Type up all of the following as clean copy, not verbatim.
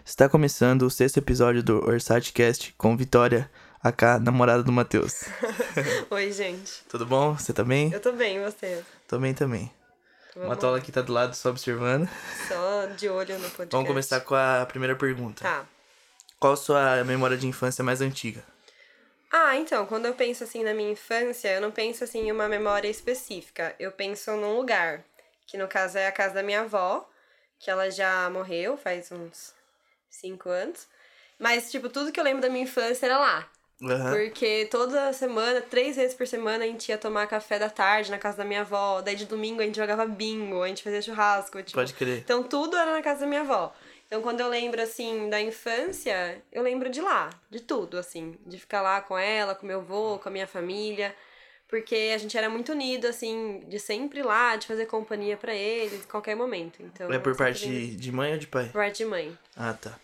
Está começando o sexto episódio do OrsatCast com Vitória, a namorada do Matheus. Oi, gente. Tudo bom? Você tá bem? Eu tô bem, e você? Tô bem também. Vamos Matola lá. aqui tá do lado só observando. Só de olho no podcast. Vamos começar com a primeira pergunta. Tá. Qual a sua memória de infância mais antiga? Então, quando eu penso assim na minha infância, eu não penso assim em uma memória específica. Eu penso num lugar, que no caso é a casa da minha avó, que ela já morreu faz uns 5 anos. Mas, tipo, tudo que eu lembro da minha infância era lá. Porque toda semana, 3 vezes por semana, a gente ia tomar café da tarde na casa da minha avó. Daí de domingo a gente jogava bingo, a gente fazia churrasco. Tipo, Pode crer. Então tudo era na casa da minha avó. Então quando eu lembro, assim, da infância, eu lembro de lá, de tudo, assim. De ficar lá com ela, com meu avô, com a minha família. Porque a gente era muito unido, assim, de sempre ir lá, de fazer companhia pra eles, em qualquer momento. Então, É por eu sempre parte lembro de mãe ou de pai? por parte de mãe. Ah, tá.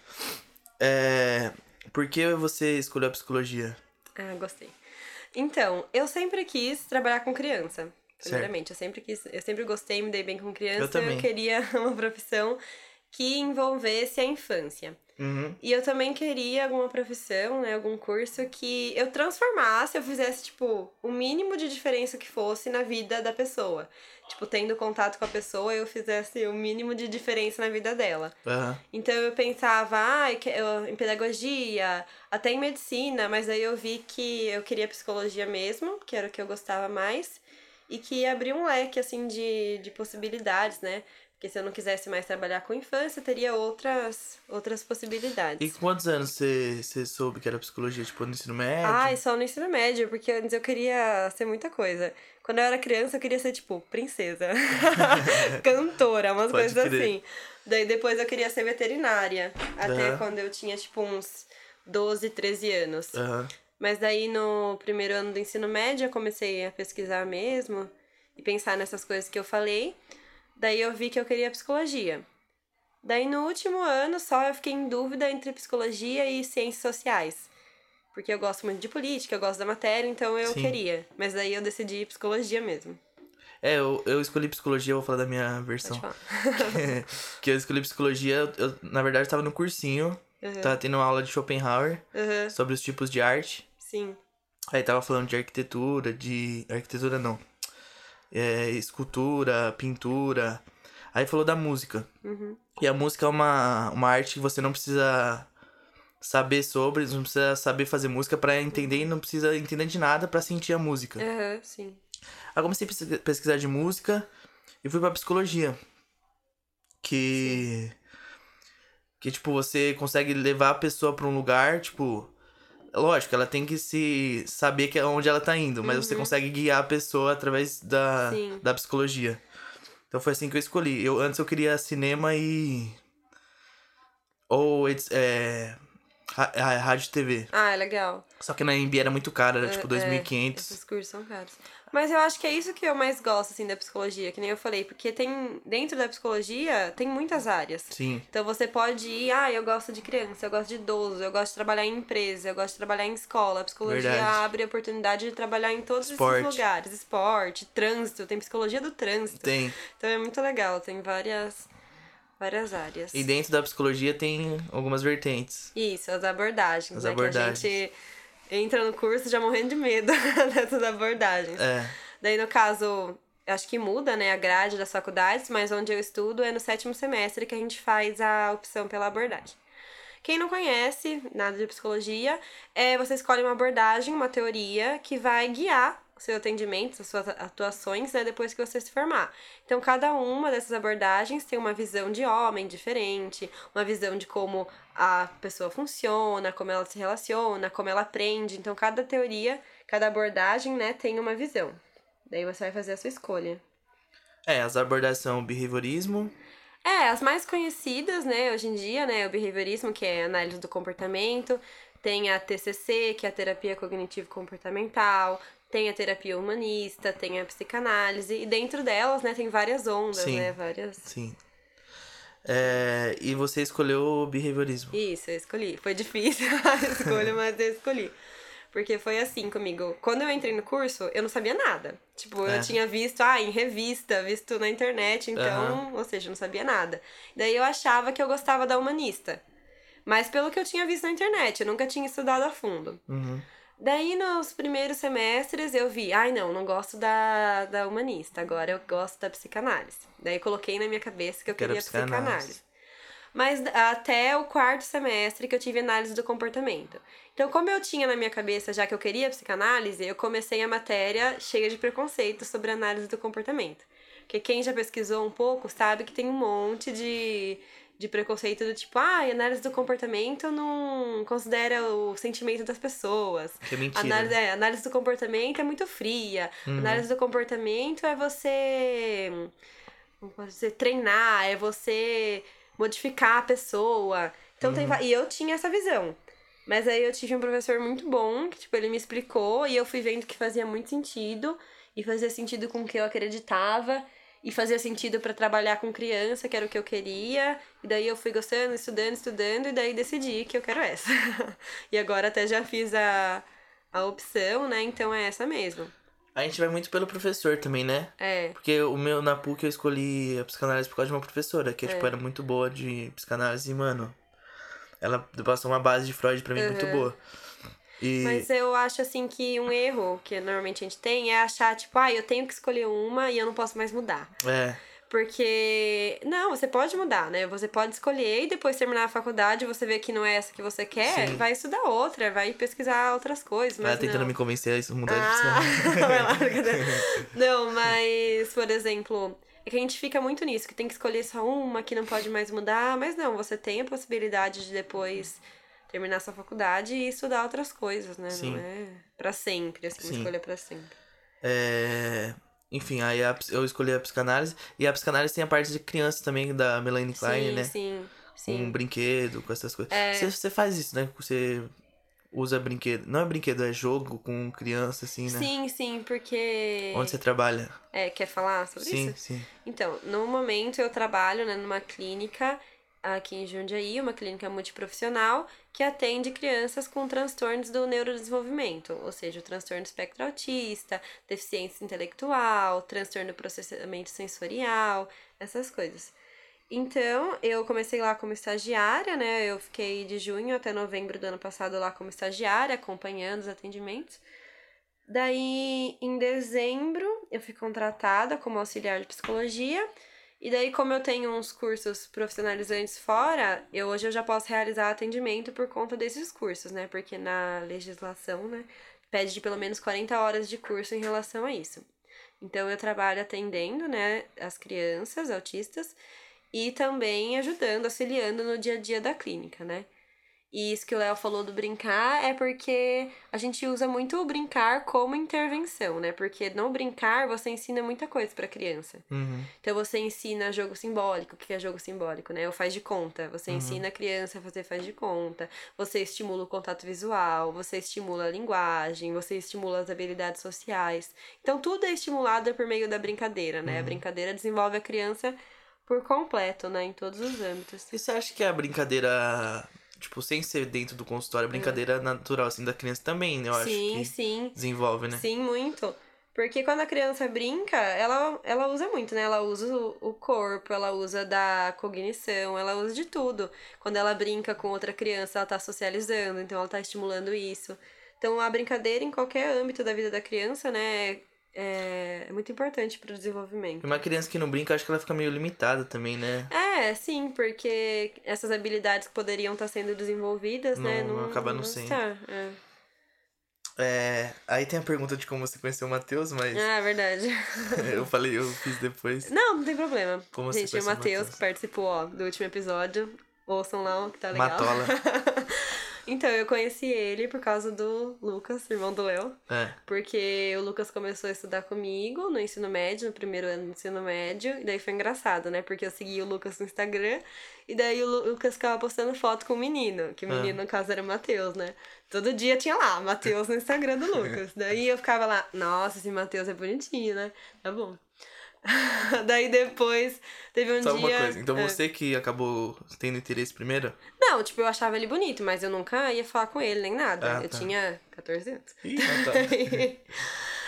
Por que você escolheu a psicologia? Gostei. Então, eu sempre quis trabalhar com criança. Primeiramente, eu sempre gostei, me dei bem com criança. Eu também. Eu queria uma profissão que envolvesse a infância. E eu também queria alguma profissão, né, algum curso que eu transformasse, eu fizesse, tipo, o mínimo de diferença que fosse na vida da pessoa. Tipo, tendo contato com a pessoa, eu fizesse o mínimo de diferença na vida dela. Então eu pensava, em pedagogia, até em medicina, mas aí eu vi que eu queria psicologia mesmo, que era o que eu gostava mais, e que ia abrir um leque, assim, de possibilidades, né? Porque se eu não quisesse mais trabalhar com infância, teria outras E possibilidades. com quantos anos você soube que era psicologia? Tipo, no ensino médio? E só no ensino médio, porque antes eu queria ser muita coisa. Quando eu era criança, eu queria ser, tipo, princesa, cantora, umas Pode coisas crer. assim. Daí depois eu queria ser veterinária, até Aham. quando eu tinha, tipo, uns 12, 13 anos. Aham. Mas daí no primeiro ano do ensino médio eu comecei a pesquisar mesmo e pensar nessas coisas que eu falei. Daí eu vi que eu queria psicologia. Daí no último ano só eu fiquei em dúvida entre psicologia e ciências sociais. Porque eu gosto muito de política, eu gosto da matéria, então eu Sim. queria. Mas daí eu decidi psicologia mesmo. Eu escolhi psicologia, eu vou falar da minha versão. Pode falar. Que eu escolhi psicologia, na verdade, tava no cursinho, tava tendo uma aula de Schopenhauer sobre os tipos de arte. Sim. Aí tava falando de arquitetura, Arquitetura não. Escultura, pintura. Aí falou da música. E a música é uma arte que você não precisa saber sobre, não precisa saber fazer música pra entender e não precisa entender de nada pra sentir a música. Sim. Aí comecei a pesquisar de música e fui pra psicologia. Que, tipo, você consegue levar a pessoa pra um lugar, tipo... Lógico, ela tem que se saber que é onde ela tá indo, mas você consegue guiar a pessoa através Sim. da psicologia. Então foi assim que eu escolhi. Antes eu queria cinema ou rádio e TV. É legal. Só que na AMB era muito caro, era tipo 2.500. Esses cursos são caros. Mas eu acho que é isso que eu mais gosto, assim, da psicologia, que nem eu falei, porque dentro da psicologia, tem muitas áreas. Sim. Então você pode ir, eu gosto de criança, eu gosto de idoso, eu gosto de trabalhar em empresa, eu gosto de trabalhar em escola. A psicologia Verdade. abre a oportunidade de trabalhar em todos Esporte. esses lugares. Esporte, trânsito, tem psicologia do trânsito. Tem. Então é muito legal, tem várias áreas. E dentro da psicologia tem algumas vertentes. Isso, as abordagens, As né? abordagens. Que a gente entra no curso já morrendo de medo dessas abordagens. Daí, no caso, acho que muda, né, a grade das faculdades, mas onde eu estudo é no 7º semestre que a gente faz a opção pela abordagem. Quem não conhece nada de psicologia, você escolhe uma abordagem, uma teoria que vai guiar o seu atendimento, as suas atuações, né, depois que você se formar. Então, cada uma dessas abordagens tem uma visão de homem diferente, uma visão de como a pessoa funciona, como ela se relaciona, como ela aprende. Então, cada teoria, cada abordagem, né, tem uma visão. Daí você vai fazer a sua escolha. As abordagens são behaviorismo. As mais conhecidas, né, hoje em dia, né, o behaviorismo, que é a análise do comportamento, tem a TCC, que é a terapia cognitivo-comportamental, tem a terapia humanista, tem a psicanálise, e dentro delas, né, tem várias ondas, Sim. né, várias... Sim. E você escolheu o behaviorismo. Isso, eu escolhi. Foi difícil a escolha, mas eu escolhi. Porque foi assim comigo. Quando eu entrei no curso, eu não sabia nada. Tipo, eu tinha visto, em revista, visto na internet, então, ou seja, eu não sabia nada. Daí eu achava que eu gostava da humanista. Mas pelo que eu tinha visto na internet, eu nunca tinha estudado a fundo. Daí, nos primeiros semestres, eu vi, não gosto da humanista, agora eu gosto da psicanálise. Daí, eu coloquei na minha cabeça que eu queria psicanálise. Mas até o 4º semestre que eu tive análise do comportamento. Então, como eu tinha na minha cabeça já que eu queria psicanálise, eu comecei a matéria cheia de preconceito sobre análise do comportamento. Porque quem já pesquisou um pouco sabe que tem um monte de preconceito do tipo, análise do comportamento não considera o sentimento das pessoas. Que é mentira. Análise do comportamento é muito fria. Análise do comportamento é você, como posso dizer, treinar, é você modificar a pessoa. Então e eu tinha essa visão. Mas aí eu tive um professor muito bom, que tipo, ele me explicou e eu fui vendo que fazia muito sentido. E fazia sentido com o que eu acreditava. E fazia sentido pra trabalhar com criança, que era o que eu queria. E daí eu fui gostando, estudando, e daí decidi que eu quero essa. E agora até já fiz a opção, né? Então é essa mesmo. A gente vai muito pelo professor também, né? Porque na PUC eu escolhi a psicanálise por causa de uma professora, que tipo, era muito boa de psicanálise e, mano, ela passou uma base de Freud pra mim muito boa. Mas eu acho, assim, que um erro que normalmente a gente tem é achar, tipo, eu tenho que escolher uma e eu não posso mais mudar. Porque, não, você pode mudar, né? Você pode escolher e depois terminar a faculdade, você vê que não é essa que você quer, vai estudar outra, vai pesquisar outras coisas. Mas tentando me convencer a isso, mudar de psicanálise. Vai lá, não, mas, por exemplo, é que a gente fica muito nisso, que tem que escolher só uma, que não pode mais mudar. Mas não, você tem a possibilidade de depois terminar sua faculdade e estudar outras coisas, né? Sim. Não é pra sempre, assim, uma escolha pra sempre. Enfim, aí eu escolhi a psicanálise. E a psicanálise tem a parte de criança também, da Melanie Klein, né? Sim. Um brinquedo, com essas coisas. Você faz isso, né? Você usa brinquedo. Não é brinquedo, é jogo com criança, assim, né? Sim, porque... Onde você trabalha? Quer falar sobre isso? Sim. Então, no momento eu trabalho, né, numa clínica aqui em Jundiaí, uma clínica multiprofissional que atende crianças com transtornos do neurodesenvolvimento, ou seja, o transtorno do espectro autista, deficiência intelectual, transtorno do processamento sensorial, essas coisas. Então, eu comecei lá como estagiária, né? Eu fiquei de junho até novembro do ano passado lá como estagiária, acompanhando os atendimentos. Daí, em dezembro, eu fui contratada como auxiliar de psicologia. E daí, como eu tenho uns cursos profissionalizantes fora, hoje eu já posso realizar atendimento por conta desses cursos, né? Porque na legislação, né, pede de pelo menos 40 horas de curso em relação a isso. Então, eu trabalho atendendo, né, as crianças autistas e também ajudando, auxiliando no dia a dia da clínica, né? E isso que o Léo falou do brincar é porque a gente usa muito o brincar como intervenção, né? Porque no brincar você ensina muita coisa pra criança. Então você ensina jogo simbólico. O que é jogo simbólico, né? O faz de conta. Você ensina a criança a fazer faz de conta. Você estimula o contato visual. Você estimula a linguagem. Você estimula as habilidades sociais. Então tudo é estimulado por meio da brincadeira, né? A brincadeira desenvolve a criança por completo, né? Em todos os âmbitos. E você acha que a brincadeira... Tipo, sem ser dentro do consultório, a brincadeira natural, assim, da criança também, né? Eu acho que desenvolve, né? Sim, muito. Porque quando a criança brinca, ela usa muito, né? Ela usa o corpo, ela usa da cognição, ela usa de tudo. Quando ela brinca com outra criança, ela tá socializando, então ela tá estimulando isso. Então, a brincadeira em qualquer âmbito da vida da criança, né? É muito importante pro desenvolvimento. Uma criança que não brinca, acho que ela fica meio limitada também, né? Sim, porque essas habilidades que poderiam estar sendo desenvolvidas, né? Não acaba não sendo. Aí tem a pergunta de como você conheceu o Matheus, mas... verdade. eu fiz depois. Não tem problema. Como você conheceu o Matheus, que participou, do último episódio. Ouçam lá, que tá legal. Matola. Então, eu conheci ele por causa do Lucas, irmão do Léo. Porque o Lucas começou a estudar comigo no ensino médio, no primeiro ano do ensino médio. E daí foi engraçado, né? Porque eu segui o Lucas no Instagram. E daí o Lucas ficava postando foto com o menino. Que o menino, no caso, era o Matheus, né? Todo dia tinha lá, Matheus no Instagram do Lucas. Daí eu ficava lá, nossa, esse Matheus é bonitinho, né? Tá bom. Daí depois teve um Só dia... uma coisa, então você que acabou tendo interesse primeiro? Não, tipo, eu achava ele bonito, mas eu nunca ia falar com ele, nem nada. Eu tinha 14 anos.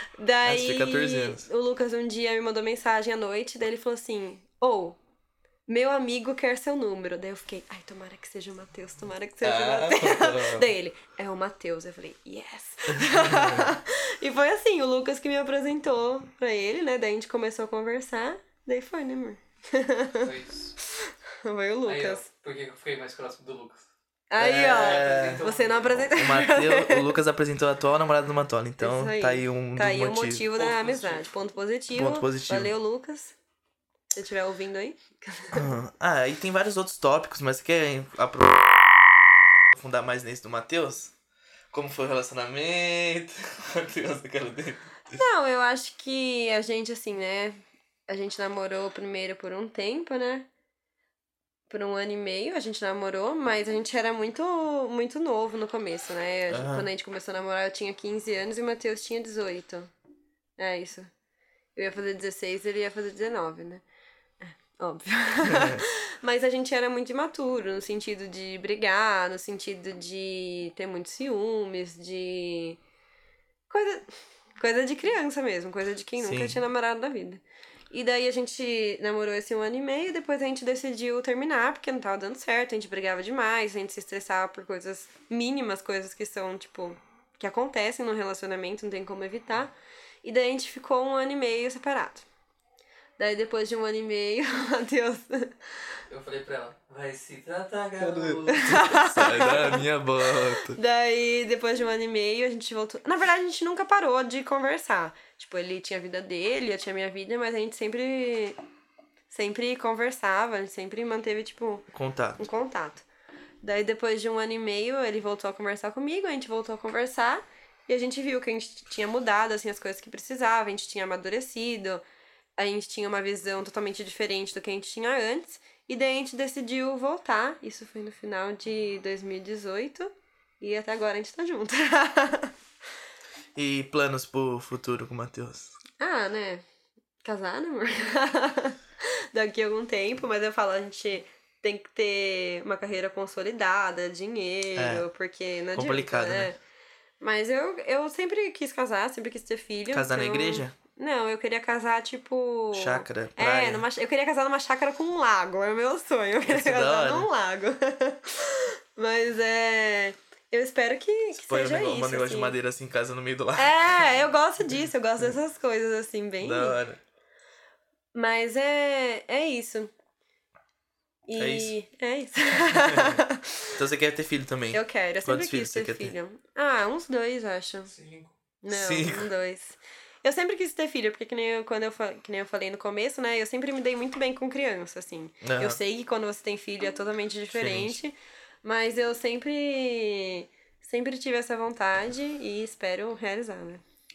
Daí, 14 anos. O Lucas um dia me mandou mensagem à noite, daí ele falou assim, meu amigo quer seu número. Daí eu fiquei, ai, tomara que seja o Matheus, tomara que seja o Matheus. Daí ele, é o Matheus. Eu falei, yes. E foi assim, o Lucas que me apresentou pra ele, né? Daí a gente começou a conversar. Daí foi, né, amor? Foi isso. Foi o Lucas. Aí, ó, por que eu fiquei mais próximo do Lucas? Aí, ó, você não apresentou. O Lucas apresentou a atual namorada do Matola, então tá aí um tá dos aí motivos. o motivo da amizade. Ponto positivo. Ponto positivo. Valeu, Lucas. Se você estiver ouvindo aí. E tem vários outros tópicos, mas você quer aprofundar mais nesse do Matheus? Como foi o relacionamento? Matheus, aquela dele. Não, eu acho que a gente, assim, né? A gente namorou primeiro por um tempo, né? Por 1 ano e meio a gente namorou, mas a gente era muito, muito novo no começo, né? Quando a gente começou a namorar, eu tinha 15 anos e o Matheus tinha 18. É isso. Eu ia fazer 16, ele ia fazer 19, né? Óbvio. Mas a gente era muito imaturo, no sentido de brigar, no sentido de ter muitos ciúmes, de... Coisa de criança mesmo, coisa de quem nunca tinha namorado na vida. E daí a gente namorou esse 1 ano e meio, depois a gente decidiu terminar, porque não tava dando certo, a gente brigava demais, a gente se estressava por coisas mínimas, coisas que são, tipo, que acontecem no relacionamento, não tem como evitar. E daí a gente ficou 1 ano e meio separado. Daí depois de 1 ano e meio, Matheus... Eu falei pra ela, vai se tratar, garoto. Sai da minha bota. Daí, depois de 1 ano e meio, a gente voltou... Na verdade, a gente nunca parou de conversar. Tipo, ele tinha a vida dele, eu tinha a minha vida, mas a gente sempre conversava, a gente sempre manteve, tipo... Contato. Um contato. Daí, depois de 1 ano e meio, ele voltou a conversar comigo, a gente voltou a conversar, e a gente viu que a gente tinha mudado, assim, as coisas que precisava, a gente tinha amadurecido, a gente tinha uma visão totalmente diferente do que a gente tinha antes, e daí a gente decidiu voltar. Isso foi no final de 2018, e até agora a gente tá junto. E planos pro futuro com o Matheus? Né? Casar, né, amor? Daqui a algum tempo, mas eu falo, a gente tem que ter uma carreira consolidada, dinheiro, porque não adianta, complicado, né? Mas eu sempre quis casar, sempre quis ter filho. Casar na igreja? Não, eu queria casar, tipo... Chácara, praia. Eu queria casar numa chácara com um lago, é o meu sonho. Eu queria casar num lago. Mas eu espero que seja isso. Um negócio de madeira assim, casa no meio do lago. Eu gosto disso, eu gosto dessas coisas assim, bem... Da hora. Mas é isso. É isso? É isso. Então você quer ter filho também? Eu quero, eu sempre quis ter filho. Uns 2, acho. 5. Não, 5. 2. Eu sempre quis ter filho, porque que nem eu falei no começo, né? Eu sempre me dei muito bem com criança, assim. Eu sei que quando você tem filho é totalmente diferente. Mas eu sempre tive essa vontade e espero realizar, né?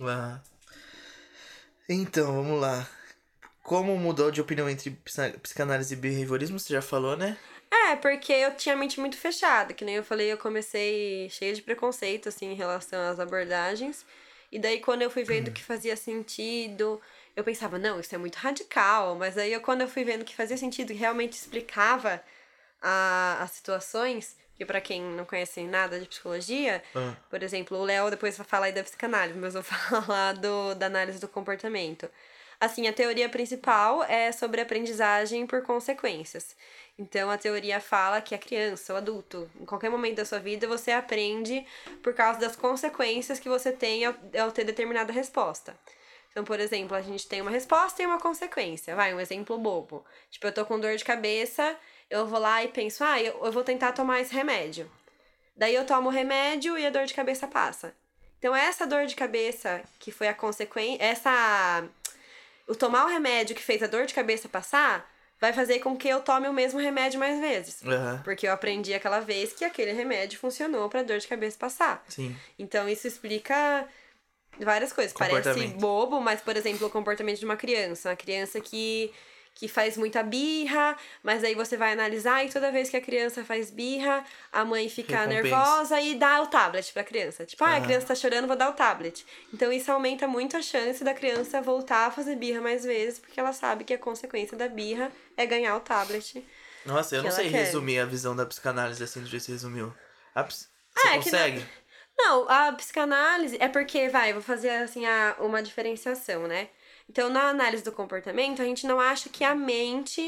Então, vamos lá. Como mudou de opinião entre psicanálise e behaviorismo? Você já falou, né? Porque eu tinha a mente muito fechada. Que nem eu falei, eu comecei cheia de preconceito, assim, em relação às abordagens. E daí, quando eu fui vendo que fazia sentido, eu pensava, não, isso é muito radical. Mas aí, quando eu fui vendo que fazia sentido, que realmente explicava as situações, que pra quem não conhece nada de psicologia, por exemplo, o Léo depois vai falar aí da psicanálise, mas eu vou falar da análise do comportamento. Assim, a teoria principal é sobre aprendizagem por consequências. Então, a teoria fala que a criança, o adulto, em qualquer momento da sua vida, você aprende por causa das consequências que você tem ao ter determinada resposta. Então, por exemplo, a gente tem uma resposta e uma consequência. Um exemplo bobo. Tipo, eu tô com dor de cabeça, eu vou lá e penso, eu vou tentar tomar esse remédio. Daí eu tomo o remédio e a dor de cabeça passa. Então, essa dor de cabeça, que foi a consequência... O tomar o remédio que fez a dor de cabeça passar, vai fazer com que eu tome o mesmo remédio mais vezes. Porque eu aprendi aquela vez que aquele remédio funcionou pra dor de cabeça passar. Sim. Então, isso explica várias coisas. Parece bobo, mas, por exemplo, o comportamento de uma criança. Uma criança que faz muita birra, mas aí você vai analisar e toda vez que a criança faz birra, a mãe fica nervosa e dá o tablet pra criança. Tipo, a criança tá chorando, vou dar o tablet. Então isso aumenta muito a chance da criança voltar a fazer birra mais vezes, porque ela sabe que a consequência da birra é ganhar o tablet. Nossa, eu não sei resumir a visão da psicanálise assim do jeito que você resumiu. Você consegue? Não, a psicanálise é porque, vou fazer assim uma diferenciação, né? Então, na análise do comportamento, a gente não acha que a mente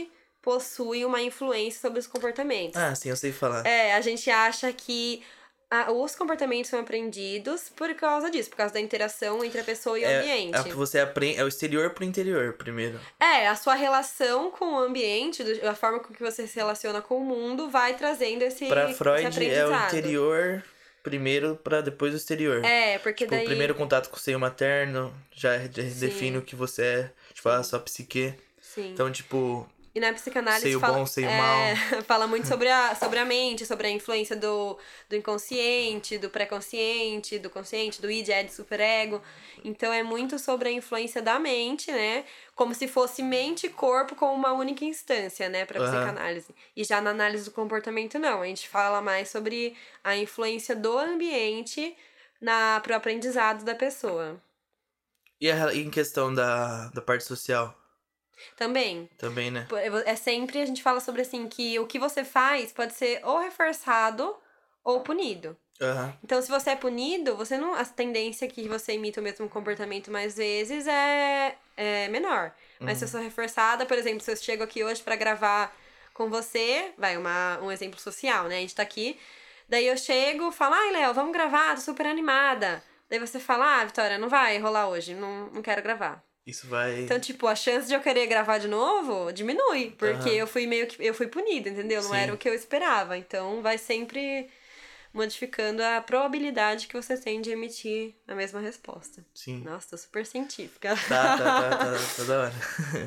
possuem uma influência sobre os comportamentos. Ah, sim, eu sei falar. A gente acha que os comportamentos são aprendidos por causa disso, por causa da interação entre a pessoa e o ambiente. É o que você aprende, é o exterior pro interior, primeiro. A sua relação com o ambiente, a forma com que você se relaciona com o mundo, vai trazendo esse Pra Freud, esse é o interior primeiro pra depois o exterior. Porque tipo, daí... o primeiro contato com o seio materno já define o que você é, tipo, a sua psique. Sim. Então, tipo... E na psicanálise seio bom, seio mal. Fala muito sobre a mente, sobre a influência do inconsciente, do pré-consciente, do consciente, do id, ed, superego. Então é muito sobre a influência da mente, né? Como se fosse mente e corpo como uma única instância, né? Pra psicanálise. E já na análise do comportamento, não. A gente fala mais sobre a influência do ambiente pro aprendizado da pessoa. E em questão da parte social? Também, né? É sempre, a gente fala sobre assim, que o que você faz pode ser ou reforçado ou punido. Então, se você é punido, você não. A tendência que você imita o mesmo comportamento mais vezes é menor. Mas se eu sou reforçada, por exemplo, se eu chego aqui hoje pra gravar com você, um exemplo social, né? A gente tá aqui, daí eu chego, falo, ai, Léo, vamos gravar, tô super animada. Daí você fala, Vitória, não vai rolar hoje, não quero gravar. Isso vai... Então, tipo, a chance de eu querer gravar de novo diminui. Porque eu fui punida, entendeu? Não era o que eu esperava. Então, vai sempre modificando a probabilidade que você tem de emitir a mesma resposta. Sim. Nossa, tô super científica. Tá da hora.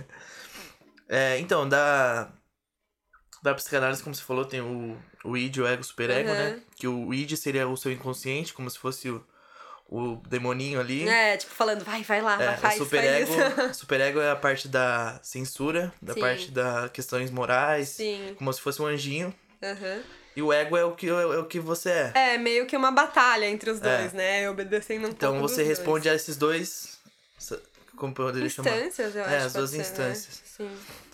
Então, da psicanálise, como você falou, tem o id, o ego, o superego, né? Que o id seria o seu inconsciente, como se fosse o demoninho ali. Tipo, falando, vai lá, faz isso. O superego é a parte da censura, da parte das questões morais. Sim. Como se fosse um anjinho. E o ego é o que você é. É meio que uma batalha entre os dois, né? Obedecendo um então, pouco você responde a esses dois... Como poderia chamar? Instâncias, eu acho. As duas instâncias. Né?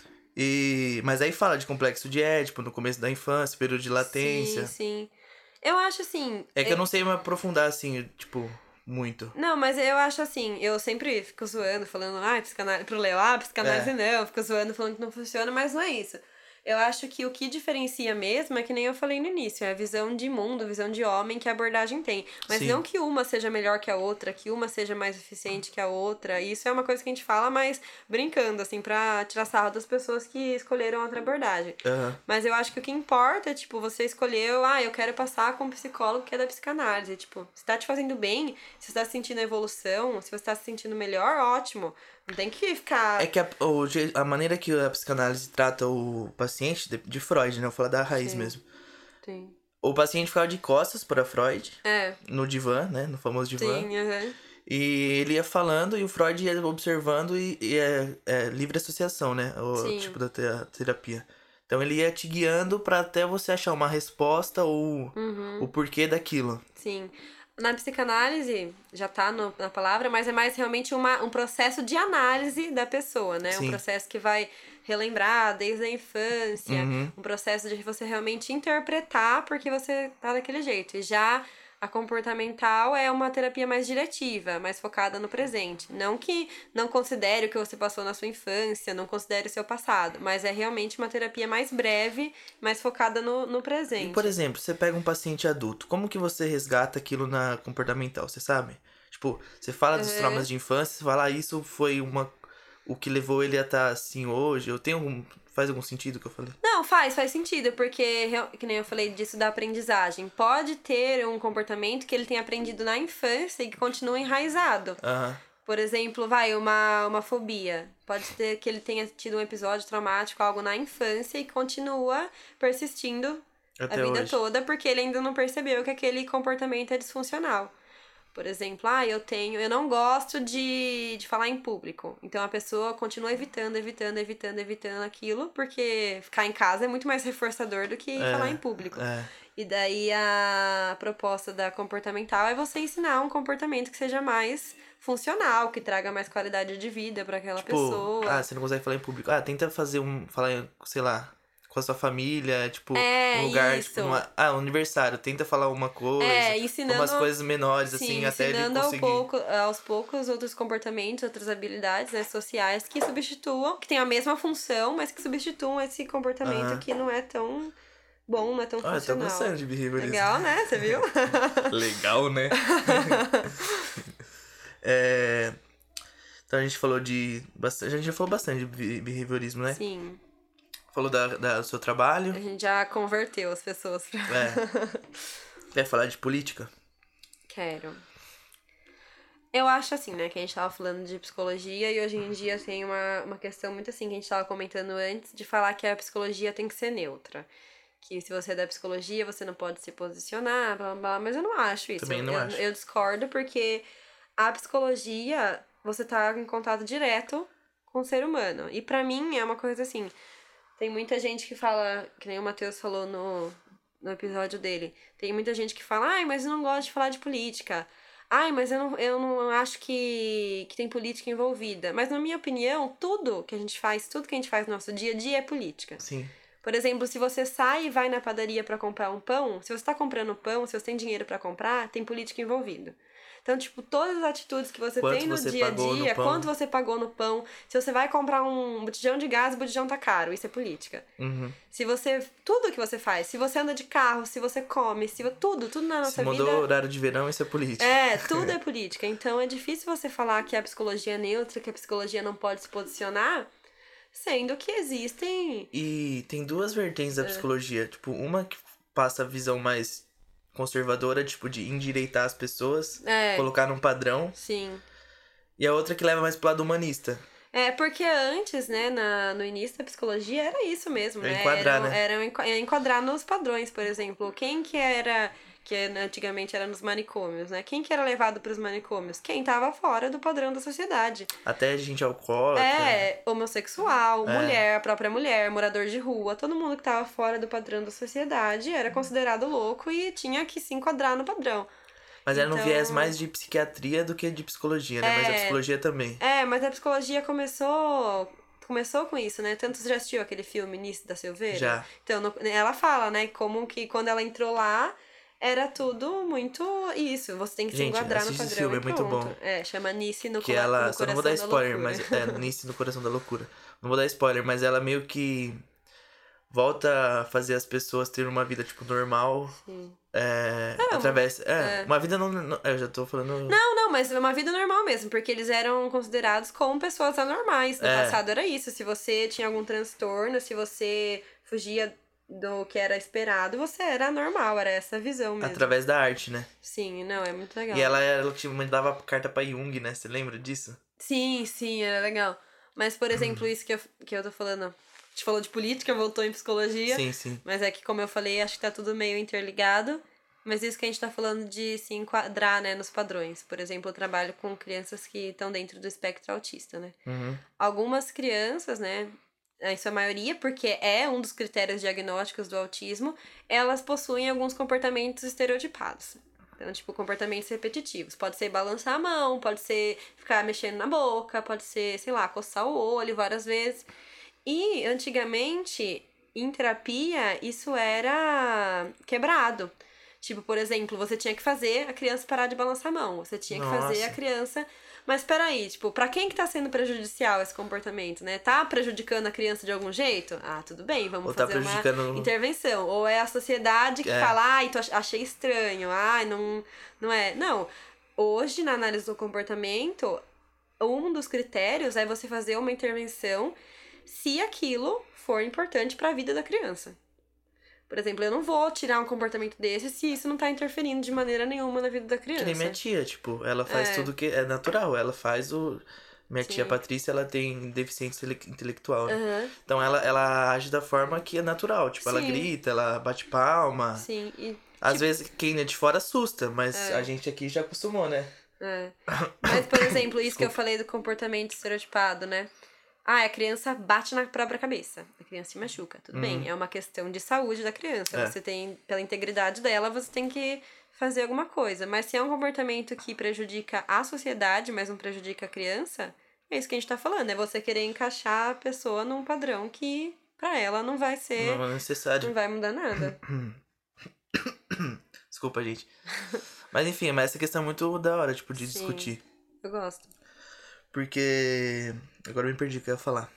Sim. Mas aí fala de complexo de Édipo, no começo da infância, período de latência. Sim. Eu acho assim... É que eu não sei me aprofundar, assim, tipo... Muito. Não, mas eu acho assim, eu sempre fico zoando, falando, psicanálise pro Léo, psicanálise não, fico zoando, falando que não funciona, mas não é isso. Eu acho que o que diferencia mesmo é que nem eu falei no início, é a visão de mundo, a visão de homem que a abordagem tem. Mas não que uma seja melhor que a outra, que uma seja mais eficiente que a outra. Isso é uma coisa que a gente fala, mas brincando, assim, pra tirar sarro das pessoas que escolheram outra abordagem. Mas eu acho que o que importa é, tipo, você escolheu, eu quero passar com um psicólogo que é da psicanálise. Tipo, se tá te fazendo bem, se você tá sentindo evolução, se você tá se sentindo melhor, ótimo. Não tem que ficar... É que a maneira que a psicanálise trata o paciente, de Freud, né? Eu vou falar da raiz mesmo. Sim. O paciente ficava de costas para Freud. No divã, né? No famoso divã. Sim, E ele ia falando e o Freud ia observando e é livre associação, né? O tipo da terapia. Então ele ia te guiando pra até você achar uma resposta ou o porquê daquilo. Sim. Na psicanálise, já tá na palavra, mas é mais realmente um processo de análise da pessoa, né? Um processo que vai relembrar desde a infância. Um processo de você realmente interpretar porque você tá daquele jeito. E já a comportamental é uma terapia mais diretiva, mais focada no presente. Não que não considere o que você passou na sua infância, não considere o seu passado, mas é realmente uma terapia mais breve, mais focada no presente. E, por exemplo, você pega um paciente adulto, como que você resgata aquilo na comportamental, você sabe? Tipo, você fala dos traumas de infância, você fala, isso foi o que levou ele a estar assim hoje, faz algum sentido o que eu falei? Não, faz sentido, porque, que nem eu falei disso da aprendizagem, pode ter um comportamento que ele tenha aprendido na infância e que continua enraizado. Por exemplo, uma fobia. Pode ter que ele tenha tido um episódio traumático, algo na infância e continua persistindo até a vida hoje. Toda, porque ele ainda não percebeu que aquele comportamento é disfuncional. Por exemplo, eu não gosto de falar em público. Então a pessoa continua evitando aquilo, porque ficar em casa é muito mais reforçador do que falar em público. E daí a proposta da comportamental é você ensinar um comportamento que seja mais funcional, que traga mais qualidade de vida para aquela pessoa. Você não consegue falar em público. Tenta fazer falar, sei lá, com a sua família, tipo, um lugar, isso. tipo, um aniversário, tenta falar uma coisa, ensinando umas coisas menores, assim, até ele conseguir. Aos poucos outros comportamentos, outras habilidades, né, sociais que substituam, que tem a mesma função, mas que substituam esse comportamento que não é tão bom, não é tão funcional. Eu tô gostando de behaviorismo. Legal, né? Você viu? Legal, né? Então a gente falou a gente já falou bastante de behaviorismo, né? Sim. Falou do seu trabalho. A gente já converteu as pessoas pra... Quer falar de política? Quero. Eu acho assim, né, que a gente tava falando de psicologia e hoje em dia tem uma questão muito assim que a gente tava comentando antes, de falar que a psicologia tem que ser neutra. Que se você é da psicologia, você não pode se posicionar, blá, blá, blá, mas eu não acho isso. Também não acho. Eu discordo porque a psicologia, você tá em contato direto com o ser humano. E pra mim é uma coisa assim, tem muita gente que fala, que nem o Matheus falou no episódio dele, tem muita gente que fala, ai, mas eu não gosto de falar de política. Ai, mas eu não acho que tem política envolvida. Mas na minha opinião, tudo que a gente faz no nosso dia a dia é política. Sim. Por exemplo, se você sai e vai na padaria pra comprar um pão, se você tá comprando pão, se você tem dinheiro pra comprar, tem política envolvida. Então, tipo, todas as atitudes que você tem no dia a dia, quanto você pagou no pão, se você vai comprar um botijão de gás, o botijão tá caro, isso é política. Uhum. Se você, tudo que você faz, se você anda de carro, se você come, tudo na nossa vida... Se mudou o horário de verão, isso é política. Tudo é política. Então, é difícil você falar que a psicologia é neutra, que a psicologia não pode se posicionar, sendo que existem... E tem duas vertentes da psicologia. Tipo, uma que passa a visão mais conservadora, tipo, de endireitar as pessoas, colocar num padrão. Sim. E a outra que leva mais pro lado humanista. Porque antes, né, no início da psicologia era isso mesmo, né? Enquadrar, né? Era enquadrar nos padrões, por exemplo. Quem que era... que antigamente era nos manicômios, né? Quem que era levado pros manicômios? Quem tava fora do padrão da sociedade. Até gente alcoólatra. Homossexual, mulher, a própria mulher, morador de rua, todo mundo que tava fora do padrão da sociedade era considerado louco e tinha que se enquadrar no padrão. Mas era um viés mais de psiquiatria do que de psicologia, né? Mas a psicologia também. Mas a psicologia começou com isso, né? Tanto você já assistiu aquele filme Início da Silveira? Já. Então, ela fala, né? Como que quando ela entrou lá, era tudo muito isso. Você tem que se enquadrar no padrão. Esse filme é muito bom. Chama Nice no que ela, no só não vou dar spoiler, mas Nice no Coração da Loucura. Não vou dar spoiler, mas ela meio que volta a fazer as pessoas terem uma vida, tipo, normal. Sim. Através... uma vida não... Eu já tô falando... Não, mas é uma vida normal mesmo, porque eles eram considerados como pessoas anormais. No passado era isso. Se você tinha algum transtorno, se você fugia do que era esperado, você era normal, era essa visão mesmo. Através da arte, né? Sim, não, é muito legal. E ela mandava carta pra Jung, né? Você lembra disso? Sim, era legal. Mas, por exemplo, isso que eu tô falando... A gente falou de política, voltou em psicologia. Sim. Mas é que, como eu falei, acho que tá tudo meio interligado. Mas isso que a gente tá falando de se enquadrar, né, nos padrões. Por exemplo, eu trabalho com crianças que estão dentro do espectro autista, né? Uhum. Algumas crianças, né, em sua maioria, porque é um dos critérios diagnósticos do autismo, elas possuem alguns comportamentos estereotipados. Então, tipo, comportamentos repetitivos. Pode ser balançar a mão, pode ser ficar mexendo na boca, pode ser, sei lá, coçar o olho várias vezes. E, antigamente, em terapia, isso era quebrado. Tipo, por exemplo, você tinha que fazer a criança parar de balançar a mão. Você tinha que fazer a criança... Mas peraí, tipo, pra quem que tá sendo prejudicial esse comportamento, né? Tá prejudicando a criança de algum jeito? Ah, tudo bem, vamos fazer uma intervenção. Ou é a sociedade que fala, ai, achei estranho, ai, não é. Não, hoje, na análise do comportamento, um dos critérios é você fazer uma intervenção se aquilo for importante pra vida da criança. Por exemplo, eu não vou tirar um comportamento desse se isso não tá interferindo de maneira nenhuma na vida da criança. Que nem minha tia, tipo, ela faz tudo que é natural. Ela faz o... Minha tia Patrícia, ela tem deficiência intelectual, né? Então ela age da forma que é natural. Tipo, ela grita, ela bate palma. Sim. E, às vezes quem é de fora assusta, mas a gente aqui já acostumou, né? Mas, por exemplo, isso que eu falei do comportamento estereotipado, né? Ah, a criança bate na própria cabeça. A criança se machuca. Tudo bem, é uma questão de saúde da criança. Você tem, pela integridade dela, você tem que fazer alguma coisa. Mas se é um comportamento que prejudica a sociedade, mas não prejudica a criança, é isso que a gente tá falando. É você querer encaixar a pessoa num padrão que pra ela não vai ser... Não é necessário. Não vai mudar nada. Desculpa, gente. Mas enfim, mas essa questão é muito da hora, tipo, de Sim, discutir. Eu gosto. Porque... Agora eu me perdi o que eu ia falar.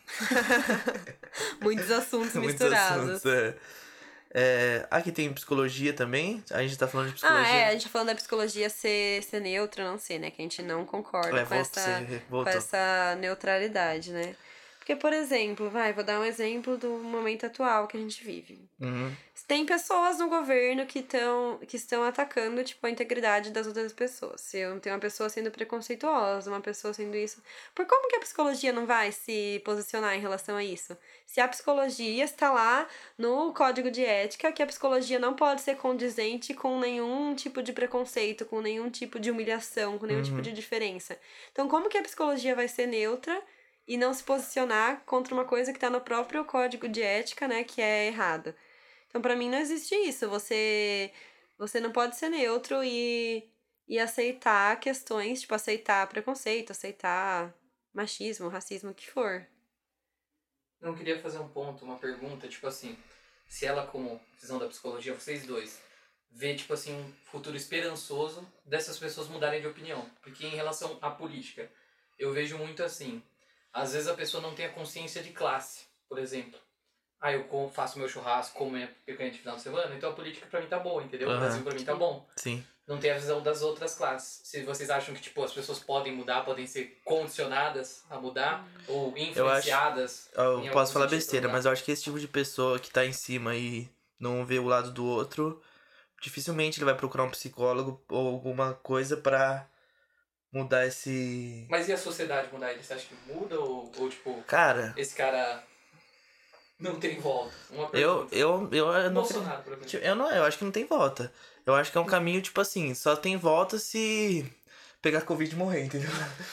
Muitos assuntos misturados. Aqui tem psicologia também. A gente tá falando de psicologia. A gente tá falando da psicologia ser neutra, não ser, né? Que a gente não concorda com essa neutralidade, né? Porque, por exemplo, vou dar um exemplo do momento atual que a gente vive. Uhum. Tem pessoas no governo que estão atacando, tipo, a integridade das outras pessoas. Se tem uma pessoa sendo preconceituosa, uma pessoa sendo isso... Por como que a psicologia não vai se posicionar em relação a isso? Se a psicologia está lá no código de ética, que a psicologia não pode ser condizente com nenhum tipo de preconceito, com nenhum tipo de humilhação, com nenhum tipo de diferença. Então, como que a psicologia vai ser neutra e não se posicionar contra uma coisa que está no próprio código de ética, né, que é errado? Então, pra mim, não existe isso. Você não pode ser neutro e aceitar questões, tipo, aceitar preconceito, aceitar machismo, racismo, o que for. Não queria fazer um ponto, uma pergunta, tipo assim, se ela, como visão da psicologia, vocês dois, vê, tipo assim, um futuro esperançoso dessas pessoas mudarem de opinião. Porque em relação à política, eu vejo muito assim, às vezes a pessoa não tem a consciência de classe, por exemplo. Eu faço meu churrasco, como é picanha de final de semana, então a política pra mim tá boa, entendeu? O Brasil pra mim tá bom. Sim. Não tem a visão das outras classes. Se vocês acham que, tipo, as pessoas podem mudar, podem ser condicionadas a mudar, ou influenciadas... Eu posso falar besteira, mas eu acho que esse tipo de pessoa que tá em cima e não vê o lado do outro, dificilmente ele vai procurar um psicólogo ou alguma coisa pra mudar esse... Mas e a sociedade mudar ele? Você acha que muda ou tipo... Cara... Esse cara... Não tem volta. Eu não Bolsonaro, por exemplo. Eu acho que não tem volta. Eu acho que é um caminho, tipo assim, só tem volta se pegar Covid e morrer, entendeu?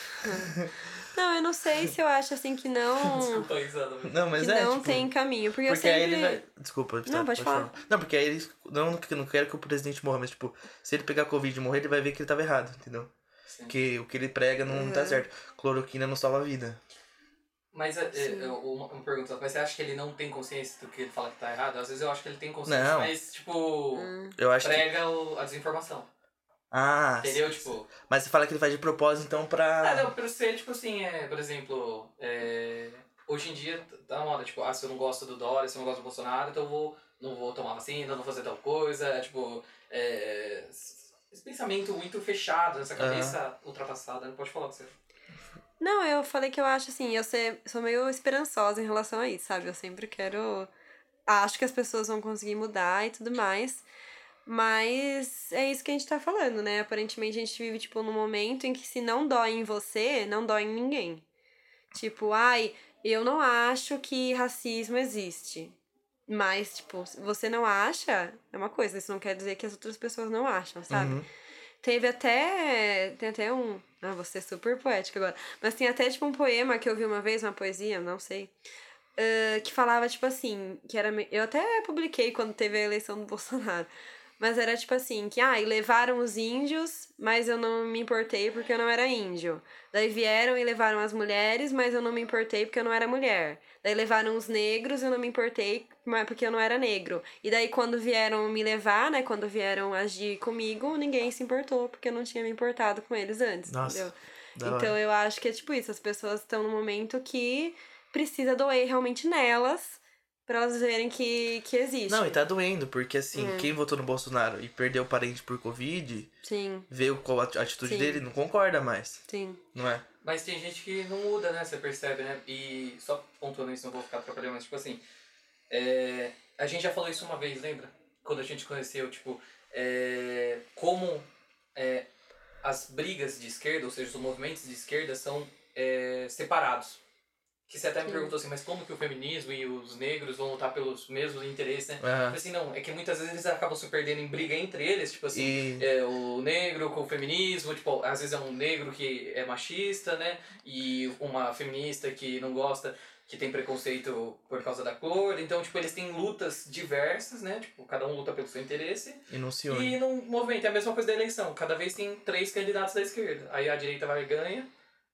Não, eu não sei se eu acho assim que não... Desculpa, Isana. Não, mas que não tem caminho, porque eu sempre... aí ele vai... Desculpa, não, pode falar. Não, porque aí eles... Não quero que o presidente morra, mas tipo, se ele pegar Covid e morrer, ele vai ver que ele tava errado, entendeu? Sim. Que o que ele prega não tá certo. Cloroquina não salva a vida. Mas uma pergunta, mas você acha que ele não tem consciência do que ele fala que tá errado? Às vezes eu acho que ele tem consciência, não. Mas, tipo, eu acho prega a desinformação. Entendeu? Tipo... Mas você fala que ele faz de propósito, então, pra... não, pra ser, tipo assim, por exemplo, hoje em dia tá na moda, tipo, se eu não gosto do Dória, se eu não gosto do Bolsonaro, então não vou tomar vacina, não vou fazer tal coisa, tipo, esse pensamento muito fechado, essa cabeça ultrapassada, não pode falar o que você... Não, eu falei que eu acho assim, sou meio esperançosa em relação a isso, sabe? Eu sempre acho que as pessoas vão conseguir mudar e tudo mais. Mas é isso que a gente tá falando, né? Aparentemente a gente vive, tipo, num momento em que se não dói em você, não dói em ninguém. Tipo, eu não acho que racismo existe. Mas, tipo, se você não acha, é uma coisa, isso não quer dizer que as outras pessoas não acham, sabe? Uhum. Tem até um... vou ser super poética agora. Mas tem até, tipo, um poema que eu vi uma vez, uma poesia, não sei. Que falava, tipo assim, que era... Eu até publiquei quando teve a eleição do Bolsonaro. Mas era tipo assim, que levaram os índios, mas eu não me importei porque eu não era índio. Daí vieram e levaram as mulheres, mas eu não me importei porque eu não era mulher. Daí levaram os negros, eu não me importei porque eu não era negro. E daí quando vieram me levar, né, quando vieram agir comigo, ninguém se importou porque eu não tinha me importado com eles antes, Nossa, entendeu? Então eu acho que é tipo isso, as pessoas estão num momento que precisa doer realmente nelas, pra elas verem que existe. Não, e tá doendo, porque assim, quem votou no Bolsonaro e perdeu o parente por Covid, vê qual a atitude dele, não concorda mais. Sim. Não é? Mas tem gente que não muda, né? Você percebe, né? E só pontuando isso, não vou ficar atrapalhando, mas tipo assim, a gente já falou isso uma vez, lembra? Quando a gente conheceu, tipo, como as brigas de esquerda, ou seja, os movimentos de esquerda são separados. Que você até me perguntou assim, mas como que o feminismo e os negros vão lutar pelos mesmos interesses, né? Eu falei assim, não, é que muitas vezes eles acabam se perdendo em briga entre eles, tipo assim, o negro com o feminismo, tipo, às vezes é um negro que é machista, né? E uma feminista que não gosta, que tem preconceito por causa da cor, então, tipo, eles têm lutas diversas, né? Tipo, cada um luta pelo seu interesse. E não se une. E no movimento é a mesma coisa da eleição, cada vez tem 3 candidatos da esquerda. Aí a direita vai e ganha,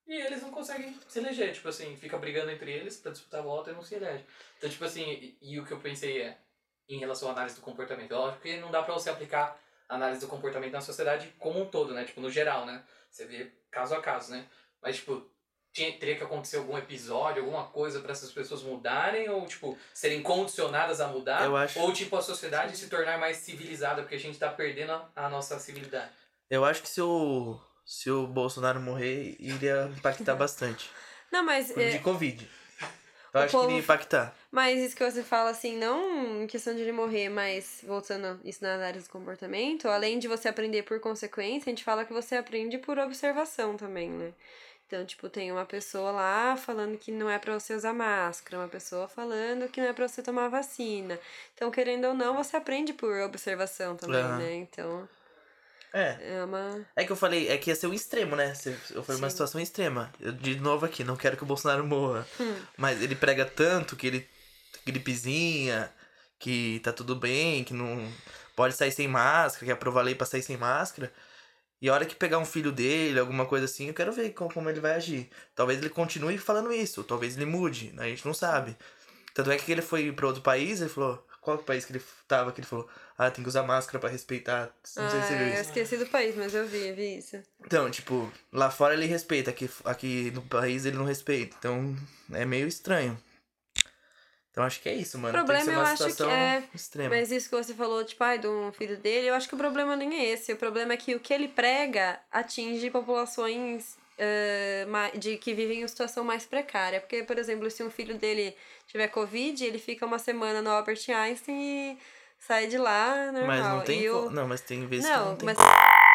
e eles não conseguem se eleger. Tipo assim, fica brigando entre eles pra disputar voto e não se elege. Então, tipo assim, e o que eu pensei é, em relação à análise do comportamento. Lógico que não dá pra você aplicar a análise do comportamento na sociedade como um todo, né? Tipo, no geral, né? Você vê caso a caso, né? Mas, tipo, teria que acontecer algum episódio, alguma coisa pra essas pessoas mudarem? Ou, tipo, serem condicionadas a mudar? Eu acho... Ou, tipo, a sociedade se tornar mais civilizada, porque a gente tá perdendo a nossa civilidade? Eu acho que se o Bolsonaro morrer, iria impactar bastante. Não, mas... De Covid. Eu acho que iria impactar. Mas isso que você fala, assim, não em questão de ele morrer, mas voltando isso na análise do comportamento, além de você aprender por consequência, a gente fala que você aprende por observação também, né? Então, tipo, tem uma pessoa lá falando que não é pra você usar máscara, uma pessoa falando que não é pra você tomar vacina. Então, querendo ou não, você aprende por observação também, né? Então... É que eu falei, é que ia ser um extremo, né? Foi uma situação extrema. Eu, de novo aqui, não quero que o Bolsonaro morra. Mas ele prega tanto que ele... gripezinha, que tá tudo bem, que não pode sair sem máscara, que aprova a lei pra sair sem máscara. E a hora que pegar um filho dele, alguma coisa assim, eu quero ver como ele vai agir. Talvez ele continue falando isso, talvez ele mude, a gente não sabe. Tanto é que ele foi pra outro país, ele falou... Qual que país que ele tava, que ele falou... Ah, tem que usar máscara pra respeitar. Não sei se você viu isso. Eu esqueci do país, mas eu vi isso. Então, tipo, lá fora ele respeita, aqui no país ele não respeita. Então, é meio estranho. Então, acho que é isso, mano. O problema, tem que ser uma situação extrema. Mas isso que você falou, tipo, do filho dele, eu acho que o problema nem é esse. O problema é que o que ele prega atinge populações que vivem em uma situação mais precária. Porque, por exemplo, se um filho dele tiver Covid, ele fica uma semana no Albert Einstein e sai de lá normal. Mas não tem... Não, mas tem vezes que não tem... Mas...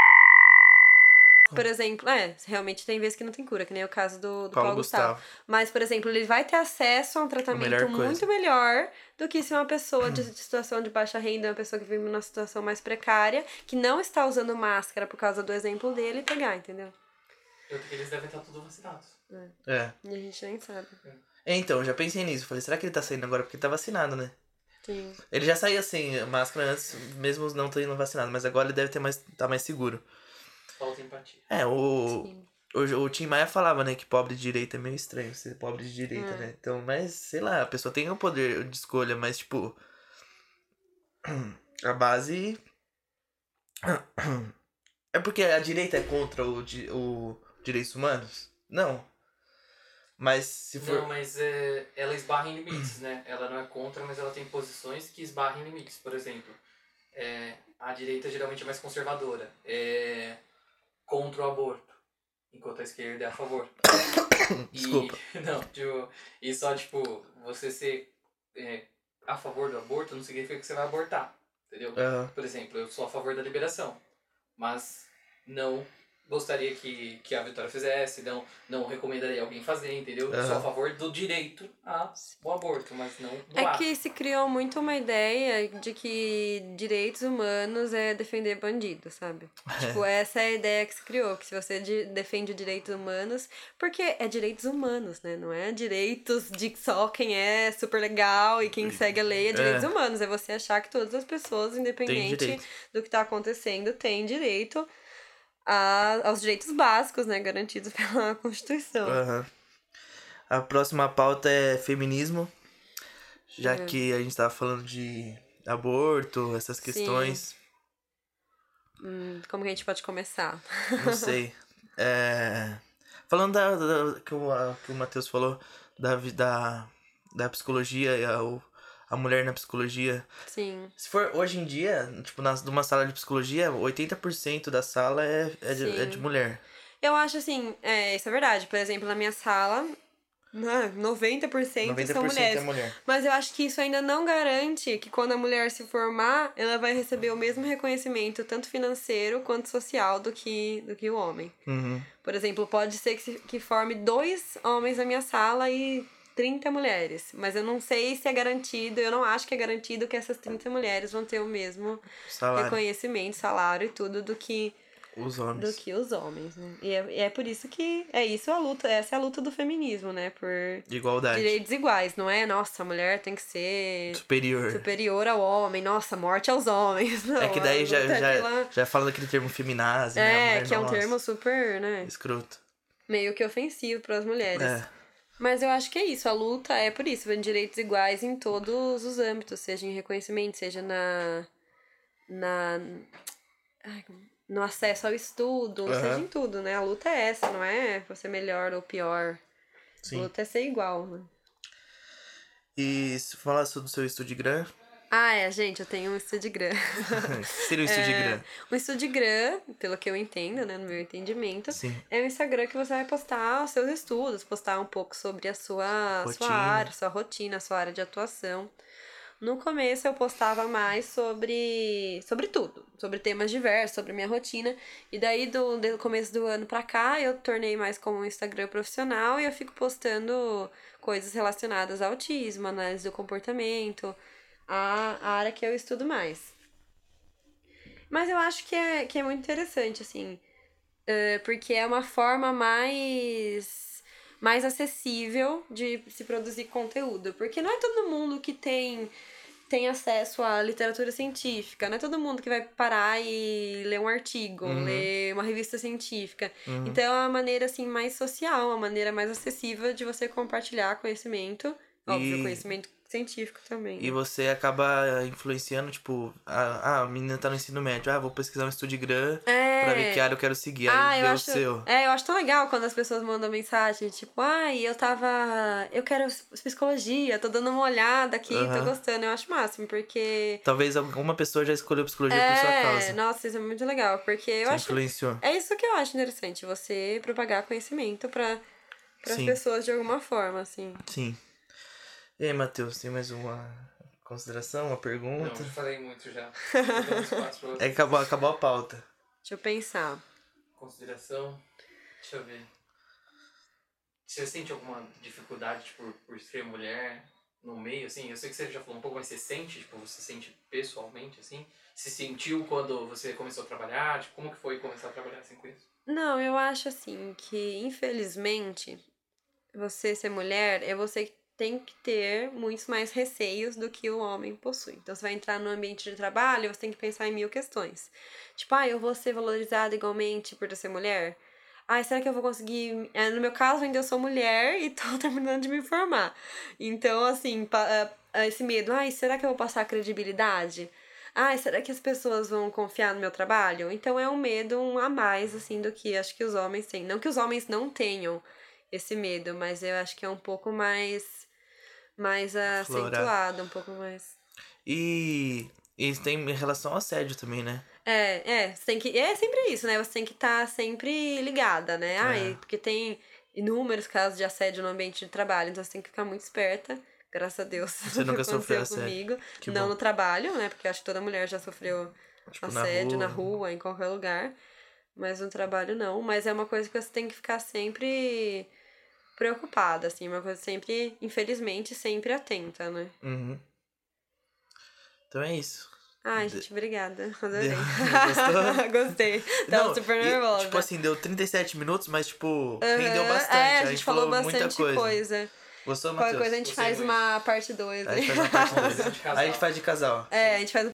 Por exemplo, realmente tem vezes que não tem cura, que nem o caso do Paulo Gustavo. Mas, por exemplo, ele vai ter acesso a um tratamento muito melhor do que se uma pessoa de situação de baixa renda, uma pessoa que vive numa situação mais precária, que não está usando máscara por causa do exemplo dele, pegar, entendeu? Eles devem estar todos vacinados. É. E a gente nem sabe. Então, já pensei nisso. Falei, será que ele tá saindo agora porque tá vacinado, né? Sim. Ele já saía sem máscara antes, mesmo não tendo vacinado, mas agora ele deve tá mais seguro. Falta empatia. O Tim Maia falava, né, que pobre de direita é meio estranho ser pobre de direita, né? Então, mas, sei lá, a pessoa tem o poder de escolha, mas, tipo, a base... É porque a direita é contra os direitos humanos? Não. Mas se for... Não, mas ela esbarra em limites, né? Ela não é contra, mas ela tem posições que esbarram em limites. Por exemplo, a direita geralmente é mais conservadora. Contra o aborto, enquanto a esquerda é a favor. Desculpa. E só, tipo, você ser a favor do aborto não significa que você vai abortar, entendeu? Por exemplo, eu sou a favor da liberação, mas não gostaria que a Vitória fizesse, não recomendaria alguém fazer, entendeu? Sou a favor do direito ao aborto, mas não do ato. Que se criou muito uma ideia de que direitos humanos é defender bandido, sabe? Tipo, essa é a ideia que se criou, que se você defende direitos humanos, porque é direitos humanos, né? Não é direitos de só quem é super legal e quem segue a lei, é direitos humanos. É você achar que todas as pessoas, independente do que tá acontecendo, têm direito aos direitos básicos, né, garantidos pela Constituição. A próxima pauta é feminismo, já que a gente tava falando de aborto, essas questões. Como que a gente pode começar? Não sei. Falando que o Matheus falou, da psicologia e a mulher na psicologia. Sim. Se for hoje em dia, tipo, numa sala de psicologia, 80% da sala é de mulher. Eu acho assim, isso é verdade. Por exemplo, na minha sala, 90% são mulheres. É mulher. Mas eu acho que isso ainda não garante que quando a mulher se formar, ela vai receber o mesmo reconhecimento, tanto financeiro quanto social, do que o homem. Por exemplo, pode ser que forme 2 homens na minha sala e 30 mulheres. Mas eu não sei se é garantido, eu não acho que é garantido que essas 30 mulheres vão ter o mesmo reconhecimento, salário e tudo do que os homens, né? E é por isso que essa é a luta do feminismo, né? Por igualdade. Direitos iguais, não é? Nossa, a mulher tem que ser superior ao homem, nossa, morte aos homens. Não, que daí já fala daquele termo feminazi, né? Que é um termo super, né? Escroto. meio que ofensivo para as mulheres. Mas eu acho que é isso, a luta é por isso, em direitos iguais em todos os âmbitos, seja em reconhecimento, seja no acesso ao estudo, seja em tudo, né? A luta é essa, não é você melhor ou pior. Sim. A luta é ser igual, né? E se falar sobre o seu Instagram? Gente, eu tenho um Instagram. Seria o Instagram? O Instagram, pelo que eu entendo, né, no meu entendimento, é um Instagram que você vai postar os seus estudos, postar um pouco sobre a sua área, sua rotina, sua área de atuação. No começo eu postava mais sobre tudo, sobre temas diversos, sobre minha rotina. E daí do começo do ano pra cá eu tornei mais como um Instagram profissional e eu fico postando coisas relacionadas ao autismo, análise do comportamento, a área que eu estudo mais. Mas eu acho que é muito interessante, assim, porque é uma forma mais acessível de se produzir conteúdo. Porque não é todo mundo que tem acesso à literatura científica, não é todo mundo que vai parar e ler um artigo, ler uma revista científica. Então é uma maneira, assim, mais social, uma maneira mais acessível de você compartilhar conhecimento, óbvio, conhecimento científico também. E você acaba influenciando, tipo, a menina tá no ensino médio, vou pesquisar um Instagram pra ver que área eu quero seguir, aí vê o seu. Eu acho tão legal quando as pessoas mandam mensagem, tipo, eu quero psicologia, tô dando uma olhada aqui, tô gostando, eu acho o máximo, porque... Talvez alguma pessoa já escolheu psicologia por sua causa. Nossa, isso é muito legal, porque eu acho... influenciou. É isso que eu acho interessante, você propagar conhecimento para as pessoas de alguma forma, assim. Sim. E aí, Matheus, tem mais uma consideração, uma pergunta? Não, eu falei muito já. Acabou a pauta. Deixa eu pensar. Consideração? Deixa eu ver. Você sente alguma dificuldade, tipo, por ser mulher no meio, assim? Eu sei que você já falou um pouco, mas você sente, tipo, você sente pessoalmente, assim? Se sentiu quando você começou a trabalhar? Tipo, como que foi começar a trabalhar assim com isso? Não, eu acho, assim, que, infelizmente, você ser mulher você tem que ter muitos mais receios do que o homem possui. Então, você vai entrar no ambiente de trabalho e você tem que pensar em 1000 questões. Tipo, eu vou ser valorizada igualmente por eu ser mulher? Será que eu vou conseguir... No meu caso, ainda eu sou mulher e tô terminando de me formar. Então, assim, esse medo, será que eu vou passar credibilidade? Será que as pessoas vão confiar no meu trabalho? Então, é um medo a mais, assim, do que acho que os homens têm. Não que os homens não tenham esse medo, mas eu acho que é um pouco mais acentuado, um pouco mais... E tem relação ao assédio também, né? Você tem que... É sempre isso, né? Você tem que estar sempre ligada, né? Porque tem inúmeros casos de assédio no ambiente de trabalho, então você tem que ficar muito esperta. Graças a Deus. Você nunca sofreu assédio? Comigo. Não no trabalho, né? Porque acho que toda mulher já sofreu assédio na rua, em qualquer lugar. Mas no trabalho não. Mas é uma coisa que você tem que ficar sempre preocupada, assim, uma coisa sempre, infelizmente, sempre atenta, né? Então é isso. Gente, obrigada. Adorei. Gostou? Gostei. Tava super nervosa. Tipo assim, deu 37 minutos, mas tipo, rendeu bastante. A gente falou bastante muita coisa. Gostou, Qualquer Matheus? coisa a gente faz uma parte 2. A gente faz uma parte 2. Aí a gente faz de casal. A gente faz